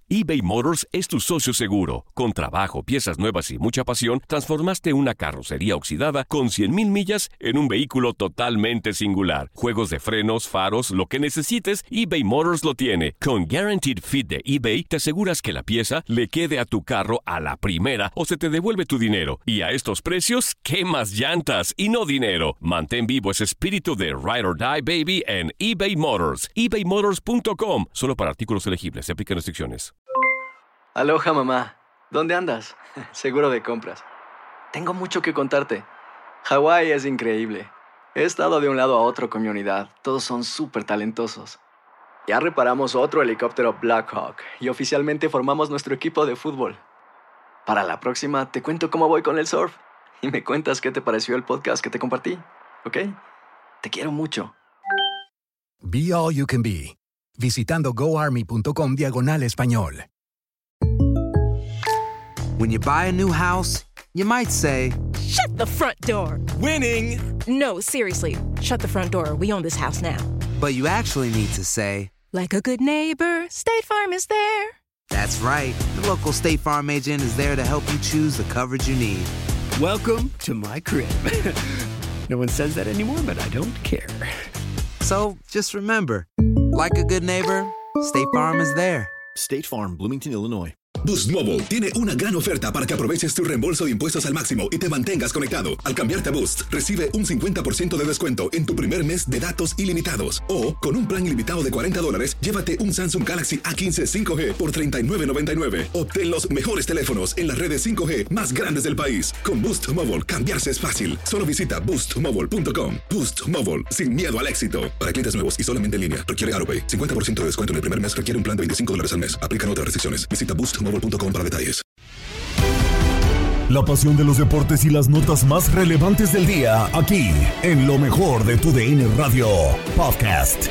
eBay Motors es tu socio seguro. Con trabajo, piezas nuevas y mucha pasión, transformaste una carrocería oxidada con 100,000 millas en un vehículo totalmente singular. Juegos de frenos, faros, lo que necesites, eBay Motors lo tiene. Con Guaranteed Fit de eBay, te aseguras que la pieza le quede a tu carro a la primera o se te devuelve tu dinero. Y a estos precios, ¿qué más llantas y no dinero? Mantén vivo ese espíritu de Ride or Die, baby, en eBay Motors. ebaymotors.com. Solo para artículos elegibles. Se aplican restricciones. Aloha, mamá. ¿Dónde andas? Seguro de compras. Tengo mucho que contarte. Hawái es increíble. He estado de un lado a otro con mi unidad. Todos son súper talentosos. Ya reparamos otro helicóptero Blackhawk y oficialmente formamos nuestro equipo de fútbol. Para la próxima te cuento cómo voy con el surf y me cuentas qué te pareció el podcast que te compartí, ¿ok? Te quiero mucho. Be All You Can Be, visitando goarmy.com/español. When you buy a new house, you might say, "Shut the front door!" Winning! No, seriously, shut the front door. We own this house now. But you actually need to say, like a good neighbor, State Farm is there. That's right. The local State Farm agent is there to help you choose the coverage you need. Welcome to my crib. No one says that anymore, but I don't care. So, just remember, like a good neighbor, State Farm is there. State Farm, Bloomington, Illinois. Boost Mobile tiene una gran oferta para que aproveches tu reembolso de impuestos al máximo y te mantengas conectado. Al cambiarte a Boost, recibe un 50% de descuento en tu primer mes de datos ilimitados. O, con un plan ilimitado de $40, llévate un Samsung Galaxy A15 5G por $39.99. Obtén los mejores teléfonos en las redes 5G más grandes del país. Con Boost Mobile, cambiarse es fácil. Solo visita boostmobile.com. Boost Mobile, sin miedo al éxito. Para clientes nuevos y solamente en línea, requiere AutoPay. 50% de descuento en el primer mes requiere un plan de $25 al mes. Aplican otras restricciones. Visita boostmobile.com para detalles. La pasión de los deportes y las notas más relevantes del día, aquí, en lo mejor de tu DN Radio Podcast.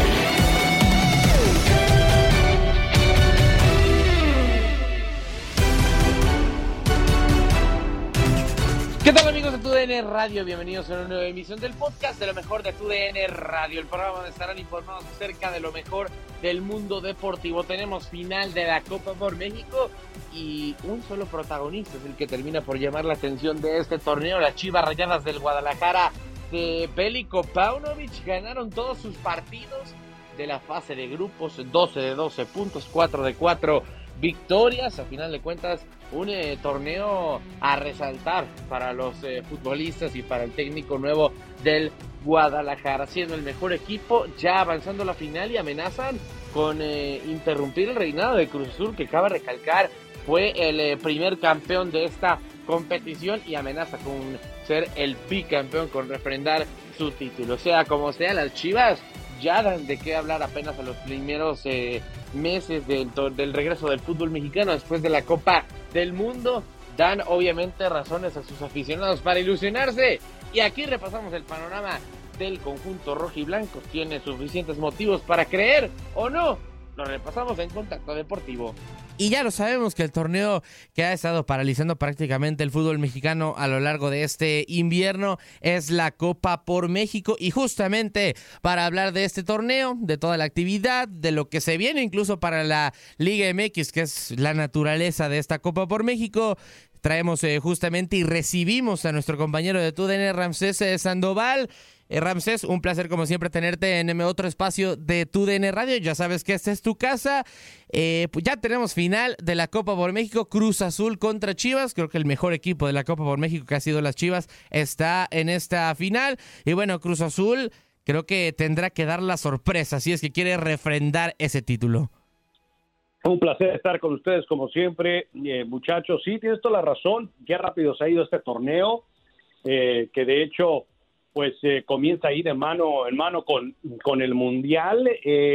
¿Qué tal, amigos de TUDN Radio? Bienvenidos a una nueva emisión del podcast de lo mejor de TUDN Radio, el programa donde estarán informados acerca de lo mejor del mundo deportivo. Tenemos final de la Copa por México y un solo protagonista es el que termina por llamar la atención de este torneo. Las Chivas Rayadas del Guadalajara de Veliko Paunovic ganaron todos sus partidos de la fase de grupos, 12 de 12 puntos, 4 de 4 victorias. A final de cuentas, un torneo a resaltar para los futbolistas y para el técnico nuevo del Guadalajara, siendo el mejor equipo, ya avanzando a la final, y amenazan con interrumpir el reinado de Cruz Azul, que cabe recalcar fue el primer campeón de esta competición y amenaza con ser el bicampeón, con refrendar su título. Sea como sea, las Chivas ya dan de qué hablar apenas a los primeros meses del regreso del fútbol mexicano después de la Copa del Mundo. Dan obviamente razones a sus aficionados para ilusionarse, y aquí repasamos el panorama del conjunto rojiblanco. ¿Tiene suficientes motivos para creer o no? Lo repasamos en Contacto Deportivo. Y ya lo sabemos que el torneo que ha estado paralizando prácticamente el fútbol mexicano a lo largo de este invierno es la Copa por México. Y justamente para hablar de este torneo, de toda la actividad, de lo que se viene incluso para la Liga MX, que es la naturaleza de esta Copa por México, traemos justamente y recibimos a nuestro compañero de TUDN, Ramsés Sandoval. Ramsés, un placer como siempre tenerte en otro espacio de TUDN Radio. Ya sabes que esta es tu casa. Pues ya tenemos final de la Copa por México, Cruz Azul contra Chivas. Creo que el mejor equipo de la Copa por México, que ha sido las Chivas, está en esta final. Y bueno, Cruz Azul creo que tendrá que dar la sorpresa si es que quiere refrendar ese título. Un placer estar con ustedes como siempre, muchachos. Sí, tienes toda la razón. Qué rápido se ha ido este torneo, que de hecho pues comienza ahí de mano en mano con el Mundial,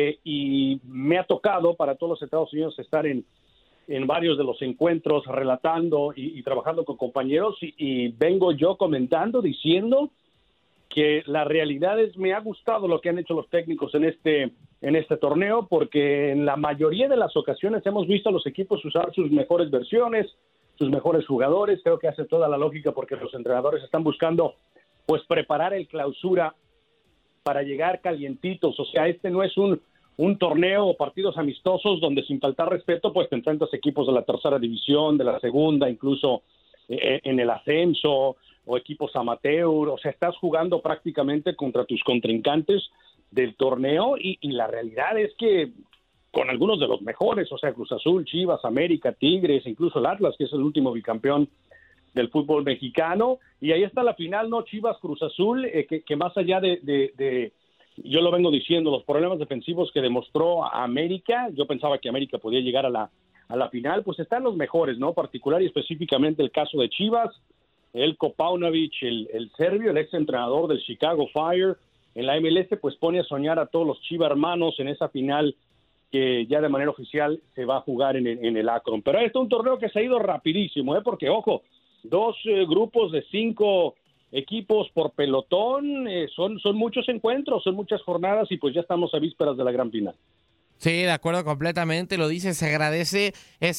y me ha tocado para todos los Estados Unidos estar en varios de los encuentros relatando y trabajando con compañeros, y vengo yo comentando, diciendo que la realidad es, me ha gustado lo que han hecho los técnicos en este torneo, porque en la mayoría de las ocasiones hemos visto a los equipos usar sus mejores versiones, sus mejores jugadores. Creo que hace toda la lógica, porque los entrenadores están buscando pues preparar el clausura para llegar calientitos. O sea, este no es un un torneo o partidos amistosos donde sin faltar respeto pues te enfrentas equipos de la tercera división, de la segunda, incluso en el ascenso o equipos amateur, o sea, estás jugando prácticamente contra tus contrincantes del torneo y la realidad es que con algunos de los mejores, o sea, Cruz Azul, Chivas, América, Tigres, incluso el Atlas, que es el último bicampeón del fútbol mexicano, y ahí está la final, ¿no? Chivas Cruz Azul, que más allá de yo lo vengo diciendo, los problemas defensivos que demostró a América, yo pensaba que América podía llegar a la final, pues están los mejores, ¿no? Particular y específicamente el caso de Chivas, Elko Paunovic, el serbio, el ex entrenador del Chicago Fire en la MLS, pues pone a soñar a todos los Chiva hermanos en esa final que ya de manera oficial se va a jugar en el Akron. Pero este es un torneo que se ha ido rapidísimo, porque, ojo, 2 grupos de 5 equipos por pelotón, son muchos encuentros, son muchas jornadas y pues ya estamos a vísperas de la gran final. Sí, de acuerdo completamente, lo dice, se agradece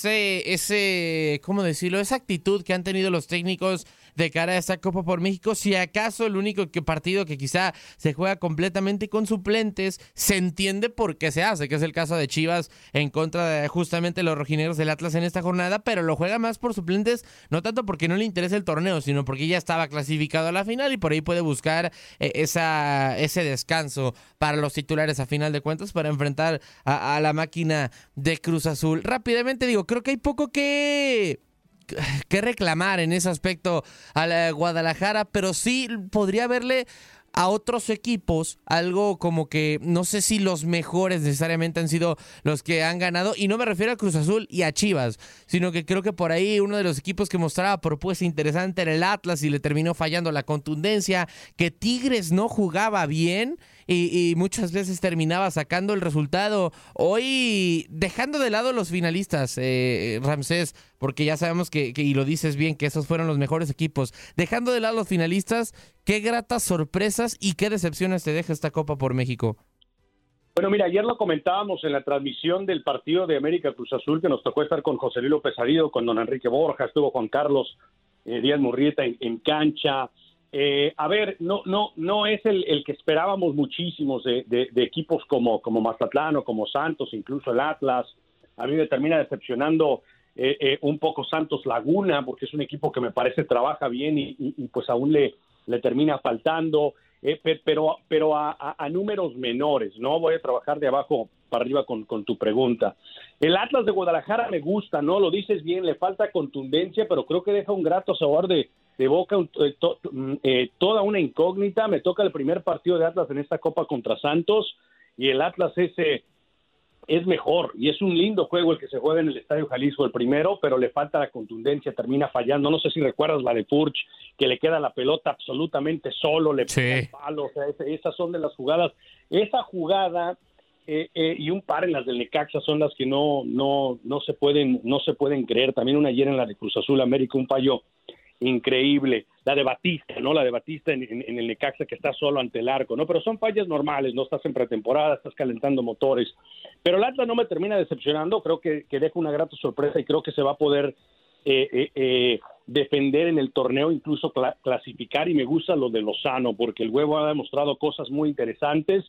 ese, ¿cómo decirlo? Esa actitud que han tenido los técnicos de cara a esta Copa por México. Si acaso el único partido que quizá se juega completamente con suplentes, se entiende por qué se hace, que es el caso de Chivas en contra de justamente los rojinegros del Atlas en esta jornada, pero lo juega más por suplentes, no tanto porque no le interesa el torneo, sino porque ya estaba clasificado a la final y por ahí puede buscar ese descanso para los titulares a final de cuentas para enfrentar a la máquina de Cruz Azul. Rápidamente digo, creo que hay poco que reclamar en ese aspecto a la Guadalajara, pero sí podría verle a otros equipos algo como que no sé si los mejores necesariamente han sido los que han ganado, y no me refiero a Cruz Azul y a Chivas, sino que creo que por ahí uno de los equipos que mostraba propuesta interesante era el Atlas y le terminó fallando la contundencia, que Tigres no jugaba bien y muchas veces terminaba sacando el resultado. Hoy, dejando de lado los finalistas, Ramsés, porque ya sabemos que, y lo dices bien, que esos fueron los mejores equipos, dejando de lado los finalistas, qué gratas sorpresas y qué decepciones te deja esta Copa por México. Bueno, mira, ayer lo comentábamos en la transmisión del partido de América Cruz Azul, que nos tocó estar con José Luis López Arido, con don Enrique Borja, estuvo Juan Carlos Díaz Murrieta en cancha. A ver, no es el que esperábamos muchísimos de equipos como Mazatlán o como Santos, incluso el Atlas. A mí me termina decepcionando un poco Santos Laguna, porque es un equipo que me parece trabaja bien y pues aún le termina faltando, pero a números menores, ¿no? Voy a trabajar de abajo para arriba con tu pregunta. El Atlas de Guadalajara me gusta, ¿no? Lo dices bien, le falta contundencia, pero creo que deja un grato sabor de boca, toda una incógnita. Me toca el primer partido de Atlas en esta Copa contra Santos y el Atlas es mejor y es un lindo juego el que se juega en el Estadio Jalisco, el primero, pero le falta la contundencia, termina fallando. No sé si recuerdas la de Furch, que le queda la pelota absolutamente solo, le pega el palo, o sea, esas son de las jugadas. Esa jugada y un par en las del Necaxa son las que no se pueden creer. También una ayer en la de Cruz Azul América, un fallo increíble, la de Batista, ¿no? La de Batista en el Necaxa, que está solo ante el arco, ¿no? Pero son fallas normales, no estás en pretemporada, estás calentando motores. Pero el Atlas no me termina decepcionando, creo que deja una grata sorpresa y creo que se va a poder defender en el torneo, incluso clasificar, y me gusta lo de Lozano, porque el huevo ha demostrado cosas muy interesantes.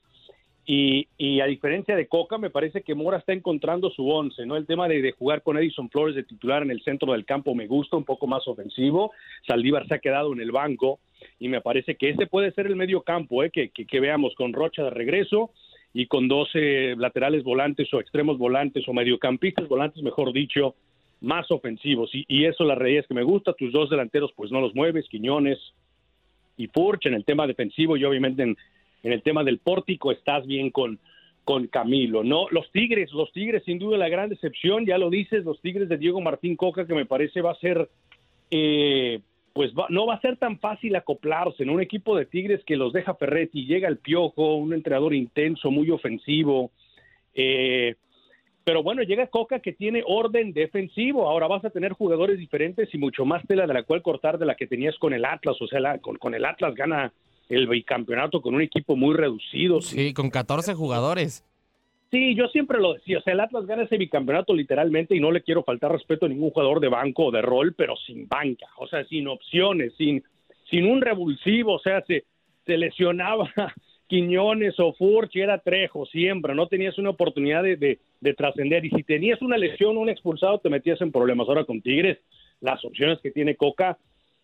Y a diferencia de Coca, me parece que Mora está encontrando su once, ¿no? El tema de jugar con Edison Flores de titular en el centro del campo me gusta, un poco más ofensivo. Saldívar se ha quedado en el banco y me parece que ese puede ser el medio campo, que veamos con Rocha de regreso y con 12 laterales volantes o extremos volantes o mediocampistas volantes, mejor dicho, más ofensivos. Y eso la realidad es que me gusta. Tus 2 delanteros pues no los mueves, Quiñones y Furch en el tema defensivo, y obviamente en el tema del pórtico estás bien con Camilo, ¿no? Los Tigres sin duda la gran decepción, ya lo dices, los Tigres de Diego Martín Coca, que me parece va a ser, no va a ser tan fácil acoplarse, ¿no? Un equipo de Tigres que los deja Ferretti, llega el Piojo, un entrenador intenso, muy ofensivo, pero bueno, llega Coca, que tiene orden defensivo. Ahora vas a tener jugadores diferentes y mucho más tela de la cual cortar de la que tenías con el Atlas, o sea, con el Atlas gana el bicampeonato con un equipo muy reducido. Sí, con 14 jugadores. Sí, yo siempre lo decía, o sea, el Atlas gana ese bicampeonato literalmente, y no le quiero faltar respeto a ningún jugador de banco o de rol, pero sin banca, o sea, sin opciones, sin un revulsivo, o sea, se lesionaba Quiñones o Furch, era Trejo siempre, no tenías una oportunidad de trascender, y si tenías una lesión o un expulsado te metías en problemas. Ahora con Tigres las opciones que tiene Coca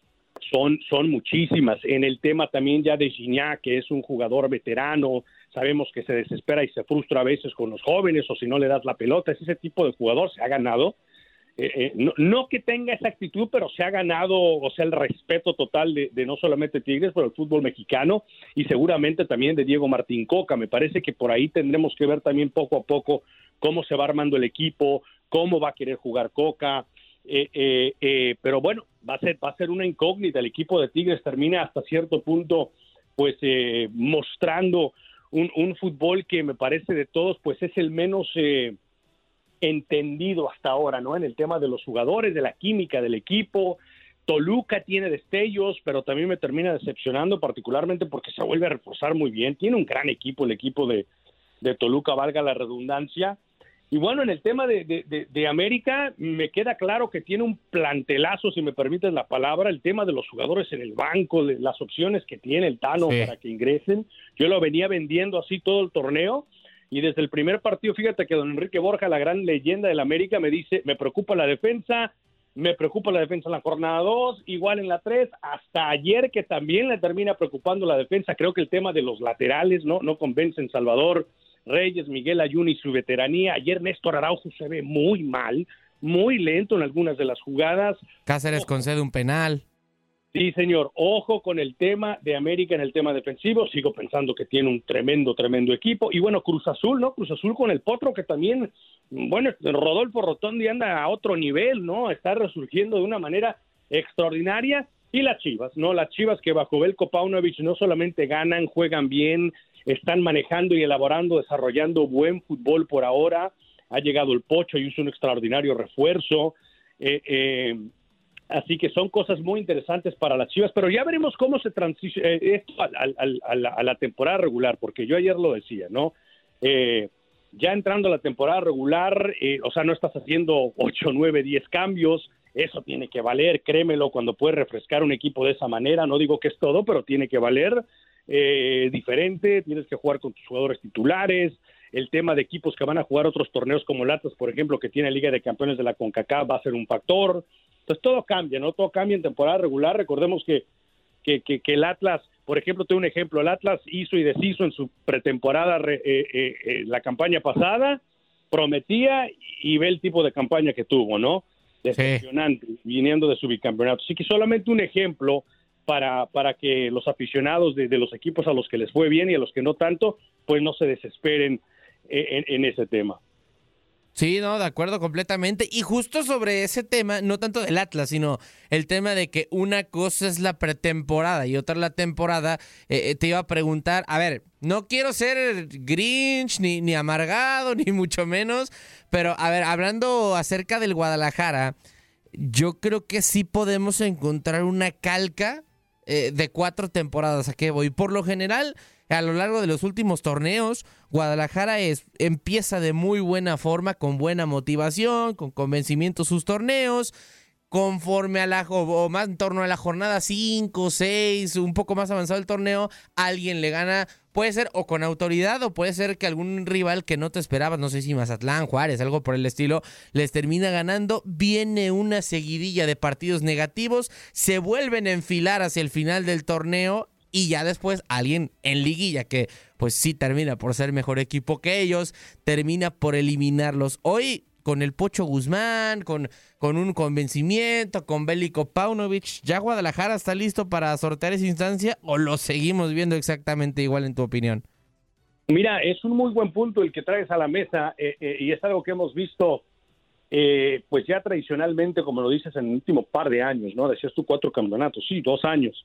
son muchísimas. En el tema también ya de Gignac, que es un jugador veterano, sabemos que se desespera y se frustra a veces con los jóvenes, o si no le das la pelota, es ese tipo de jugador, se ha ganado. No que tenga esa actitud, pero se ha ganado, o sea, el respeto total de no solamente Tigres, pero el fútbol mexicano, y seguramente también de Diego Martín Coca. Me parece que por ahí tendremos que ver también poco a poco cómo se va armando el equipo, cómo va a querer jugar Coca, pero bueno, va a ser una incógnita. El equipo de Tigres termina hasta cierto punto pues mostrando un fútbol que me parece de todos pues es el menos entendido hasta ahora, ¿no? En el tema de los jugadores, de la química del equipo. Toluca tiene destellos, pero también me termina decepcionando, particularmente porque se vuelve a reforzar muy bien. Tiene un gran equipo el equipo de Toluca, valga la redundancia. Y bueno, en el tema de América, me queda claro que tiene un plantelazo, si me permiten la palabra, el tema de los jugadores en el banco, de las opciones que tiene el Tano para que ingresen. Yo lo venía vendiendo así todo el torneo, y desde el primer partido, fíjate que don Enrique Borja, la gran leyenda del América, me dice, me preocupa la defensa en la jornada 2, igual en la 3, hasta ayer que también le termina preocupando la defensa. Creo que el tema de los laterales no convencen. Salvador Reyes, Miguel Ayun y su veteranía. Ayer Néstor Araujo se ve muy mal, muy lento en algunas de las jugadas. Cáceres concede un penal. Sí, señor. Ojo con el tema de América en el tema defensivo. Sigo pensando que tiene un tremendo equipo. Y bueno, Cruz Azul, ¿no? Cruz Azul con el Potro, que también, bueno, Rodolfo Rotondi anda a otro nivel, ¿no? Está resurgiendo de una manera extraordinaria. Y las Chivas, ¿no? Las Chivas que bajo Veljko Paunovic no solamente ganan, juegan bien, están manejando y elaborando, desarrollando buen fútbol por ahora. Ha llegado el Pocho y hizo un extraordinario refuerzo. Así que son cosas muy interesantes para las Chivas, pero ya veremos cómo se transiciona esto a la temporada regular, porque yo ayer lo decía, ¿no? Ya entrando a la temporada regular, o sea, no estás haciendo 8, 9, 10 cambios, eso tiene que valer, créemelo, cuando puedes refrescar un equipo de esa manera. No digo que es todo, pero tiene que valer diferente, tienes que jugar con tus jugadores titulares. El tema de equipos que van a jugar otros torneos como el Atlas, por ejemplo, que tiene Liga de Campeones de la CONCACAF, va a ser un factor. Entonces todo cambia, ¿no? Todo cambia en temporada regular. Recordemos que el Atlas, por ejemplo, te doy un ejemplo, el Atlas hizo y deshizo en su pretemporada la campaña pasada, prometía, y ve el tipo de campaña que tuvo, ¿no? Decepcionante, viniendo de su bicampeonato. Así que solamente un ejemplo para que los aficionados de los equipos a los que les fue bien y a los que no tanto, pues no se desesperen en ese tema. Sí, no, de acuerdo completamente. Y justo sobre ese tema, no tanto del Atlas, sino el tema de que una cosa es la pretemporada y otra la temporada, te iba a preguntar, a ver, no quiero ser Grinch, ni amargado, ni mucho menos, pero a ver, hablando acerca del Guadalajara, yo creo que sí podemos encontrar una calca de 4 temporadas. ¿A qué voy? Por lo general, a lo largo de los últimos torneos, Guadalajara empieza de muy buena forma, con buena motivación, con convencimiento sus torneos. Conforme o más en torno a la jornada 5, 6, un poco más avanzado el torneo, alguien le gana, puede ser o con autoridad o puede ser que algún rival que no te esperabas, no sé si Mazatlán, Juárez, algo por el estilo, les termina ganando. Viene una seguidilla de partidos negativos, se vuelven a enfilar hacia el final del torneo y ya después alguien en liguilla que pues sí termina por ser mejor equipo que ellos, termina por eliminarlos. Hoy con el Pocho Guzmán, con un convencimiento, con Veljko Paunovic, ¿ya Guadalajara está listo para sortear esa instancia o lo seguimos viendo exactamente igual en tu opinión? Mira, es un muy buen punto el que traes a la mesa y es algo que hemos visto pues ya tradicionalmente, como lo dices, en el último par de años, ¿no? Decías tú 4 campeonatos, sí, 2 años.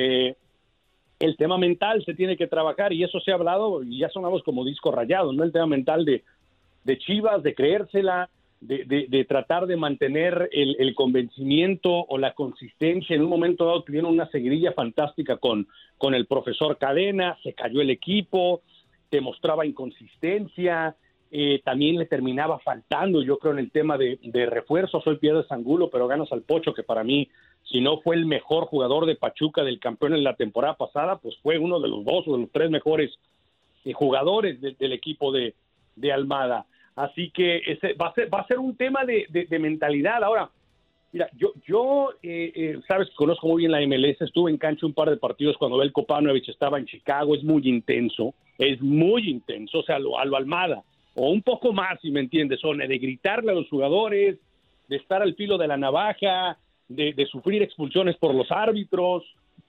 El tema mental se tiene que trabajar y eso se ha hablado y ya sonamos como disco rayado, ¿no? El tema mental de Chivas, de creérsela, de tratar de mantener el convencimiento o la consistencia. En un momento dado tuvieron una seguidilla fantástica con el profesor Cadena, se cayó el equipo, te mostraba inconsistencia, también le terminaba faltando, yo creo, en el tema de refuerzos. Hoy pierdes Angulo, pero ganas al Pocho, que para mí, si no fue el mejor jugador de Pachuca del campeón en la temporada pasada, pues fue uno de los 2 o de los 3 mejores jugadores del equipo de Almada. Así que ese va a ser un tema de mentalidad. Ahora, mira, yo sabes que conozco muy bien la MLS, estuve en cancha un par de partidos cuando Veljko Paunović estaba en Chicago. Es muy intenso, o sea, a lo Almada, o un poco más, si me entiendes, de gritarle a los jugadores, de estar al filo de la navaja, de sufrir expulsiones por los árbitros,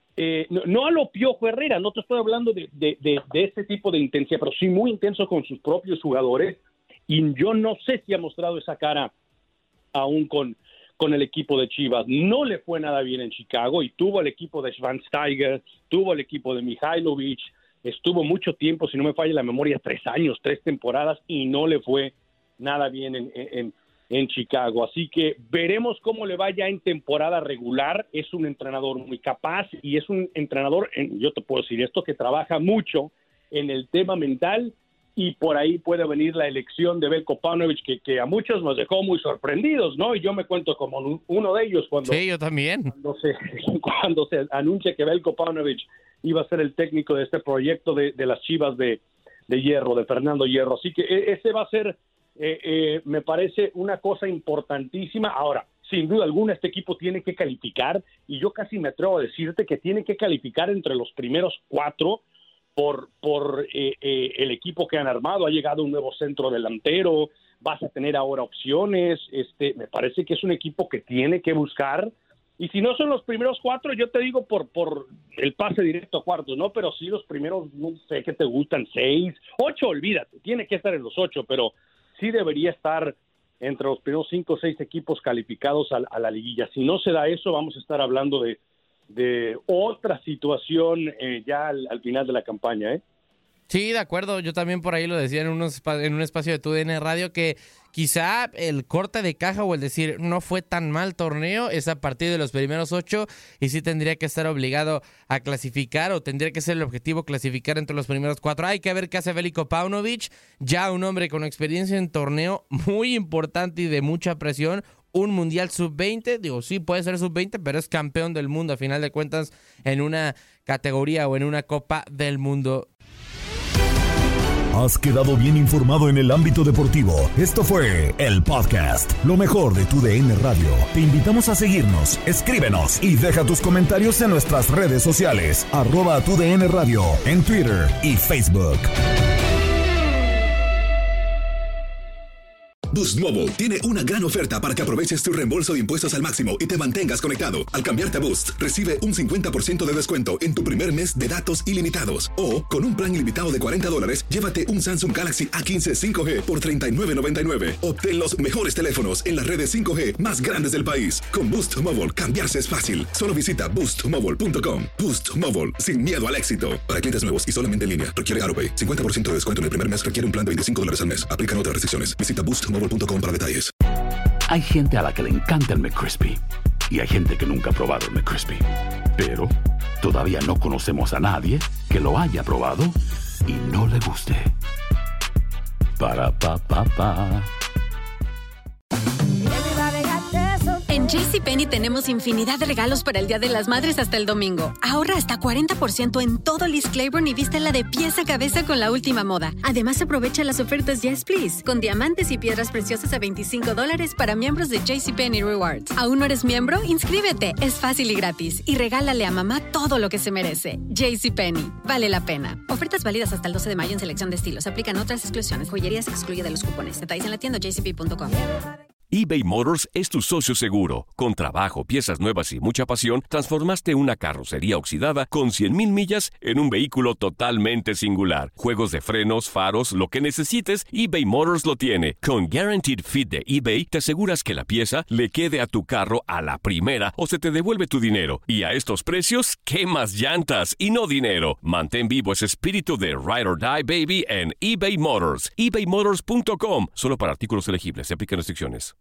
no a lo Piojo Herrera, no te estoy hablando de ese tipo de intensidad, pero sí muy intenso con sus propios jugadores, y yo no sé si ha mostrado esa cara aún con el equipo de Chivas. No le fue nada bien en Chicago, y tuvo el equipo de Schweinsteiger, tuvo el equipo de Mihailovic, estuvo mucho tiempo, si no me falla la memoria, 3 años, 3 temporadas, y no le fue nada bien en Chicago. Así que veremos cómo le vaya en temporada regular. Es un entrenador muy capaz, y es un entrenador, yo te puedo decir esto, que trabaja mucho en el tema mental, y por ahí puede venir la elección de Veljko Paunović, que a muchos nos dejó muy sorprendidos, ¿no? Y yo me cuento como uno de ellos cuando... Sí, yo también. Cuando se anuncia que Veljko Paunović iba a ser el técnico de este proyecto de las Chivas de Hierro, de Fernando Hierro. Así que ese va a ser, me parece, una cosa importantísima. Ahora, sin duda alguna, este equipo tiene que calificar, y yo casi me atrevo a decirte que tiene que calificar entre los primeros 4 por el equipo que han armado. Ha llegado un nuevo centro delantero, vas a tener ahora opciones. Me parece que es un equipo que tiene que buscar, y si no son los primeros 4, yo te digo por el pase directo a cuartos, ¿no? Pero sí los primeros, no sé qué te gustan, 6, 8, olvídate, tiene que estar en los 8, pero sí debería estar entre los primeros 5 o 6 equipos calificados a la liguilla. Si no se da eso, vamos a estar hablando de otra situación ya al final de la campaña, ¿eh? Sí, de acuerdo. Yo también por ahí lo decía en un espacio de TUDN Radio, que quizá el corte de caja o el decir no fue tan mal torneo es a partir de los primeros 8, y sí tendría que estar obligado a clasificar, o tendría que ser el objetivo clasificar entre los primeros 4. Hay que ver qué hace Veljko Paunović, ya un hombre con experiencia en torneo muy importante y de mucha presión. Un mundial sub-20, digo, sí puede ser sub-20, pero es campeón del mundo a final de cuentas en una categoría o en una Copa del Mundo. Has quedado bien informado en el ámbito deportivo. Esto fue el podcast, lo mejor de TUDN Radio. Te invitamos a seguirnos, escríbenos y deja tus comentarios en nuestras redes sociales, @TUDN Radio, en Twitter y Facebook. Boost Mobile tiene una gran oferta para que aproveches tu reembolso de impuestos al máximo y te mantengas conectado. Al cambiarte a Boost, recibe un 50% de descuento en tu primer mes de datos ilimitados. O, con un plan ilimitado de $40, llévate un Samsung Galaxy A15 5G por $39.99. Obtén los mejores teléfonos en las redes 5G más grandes del país. Con Boost Mobile, cambiarse es fácil. Solo visita boostmobile.com. Boost Mobile, sin miedo al éxito. Para clientes nuevos y solamente en línea, requiere AutoPay. 50% de descuento en el primer mes requiere un plan de $25 al mes. Aplican otras restricciones. Visita boostmobile.com para detalles. Hay gente a la que le encanta el McCrispy y hay gente que nunca ha probado el McCrispy. Pero todavía no conocemos a nadie que lo haya probado y no le guste. Para pa pa pa. En JCPenney tenemos infinidad de regalos para el Día de las Madres hasta el domingo. Ahorra hasta 40% en todo Liz Claiborne y vístela de pies a cabeza con la última moda. Además, aprovecha las ofertas Yes Please, con diamantes y piedras preciosas a $25 para miembros de JCPenney Rewards. ¿Aún no eres miembro? Inscríbete. Es fácil y gratis. Y regálale a mamá todo lo que se merece. JCPenney. Vale la pena. Ofertas válidas hasta el 12 de mayo en selección de estilos. Aplican otras exclusiones. Joyería se excluye de los cupones. Detalles en la tienda jcp.com. eBay Motors es tu socio seguro. Con trabajo, piezas nuevas y mucha pasión, transformaste una carrocería oxidada con 100,000 millas en un vehículo totalmente singular. Juegos de frenos, faros, lo que necesites, eBay Motors lo tiene. Con Guaranteed Fit de eBay, te aseguras que la pieza le quede a tu carro a la primera o se te devuelve tu dinero. Y a estos precios, ¿qué más llantas y no dinero? Mantén vivo ese espíritu de Ride or Die, baby, en eBay Motors. ebaymotors.com. Solo para artículos elegibles. Se aplican restricciones.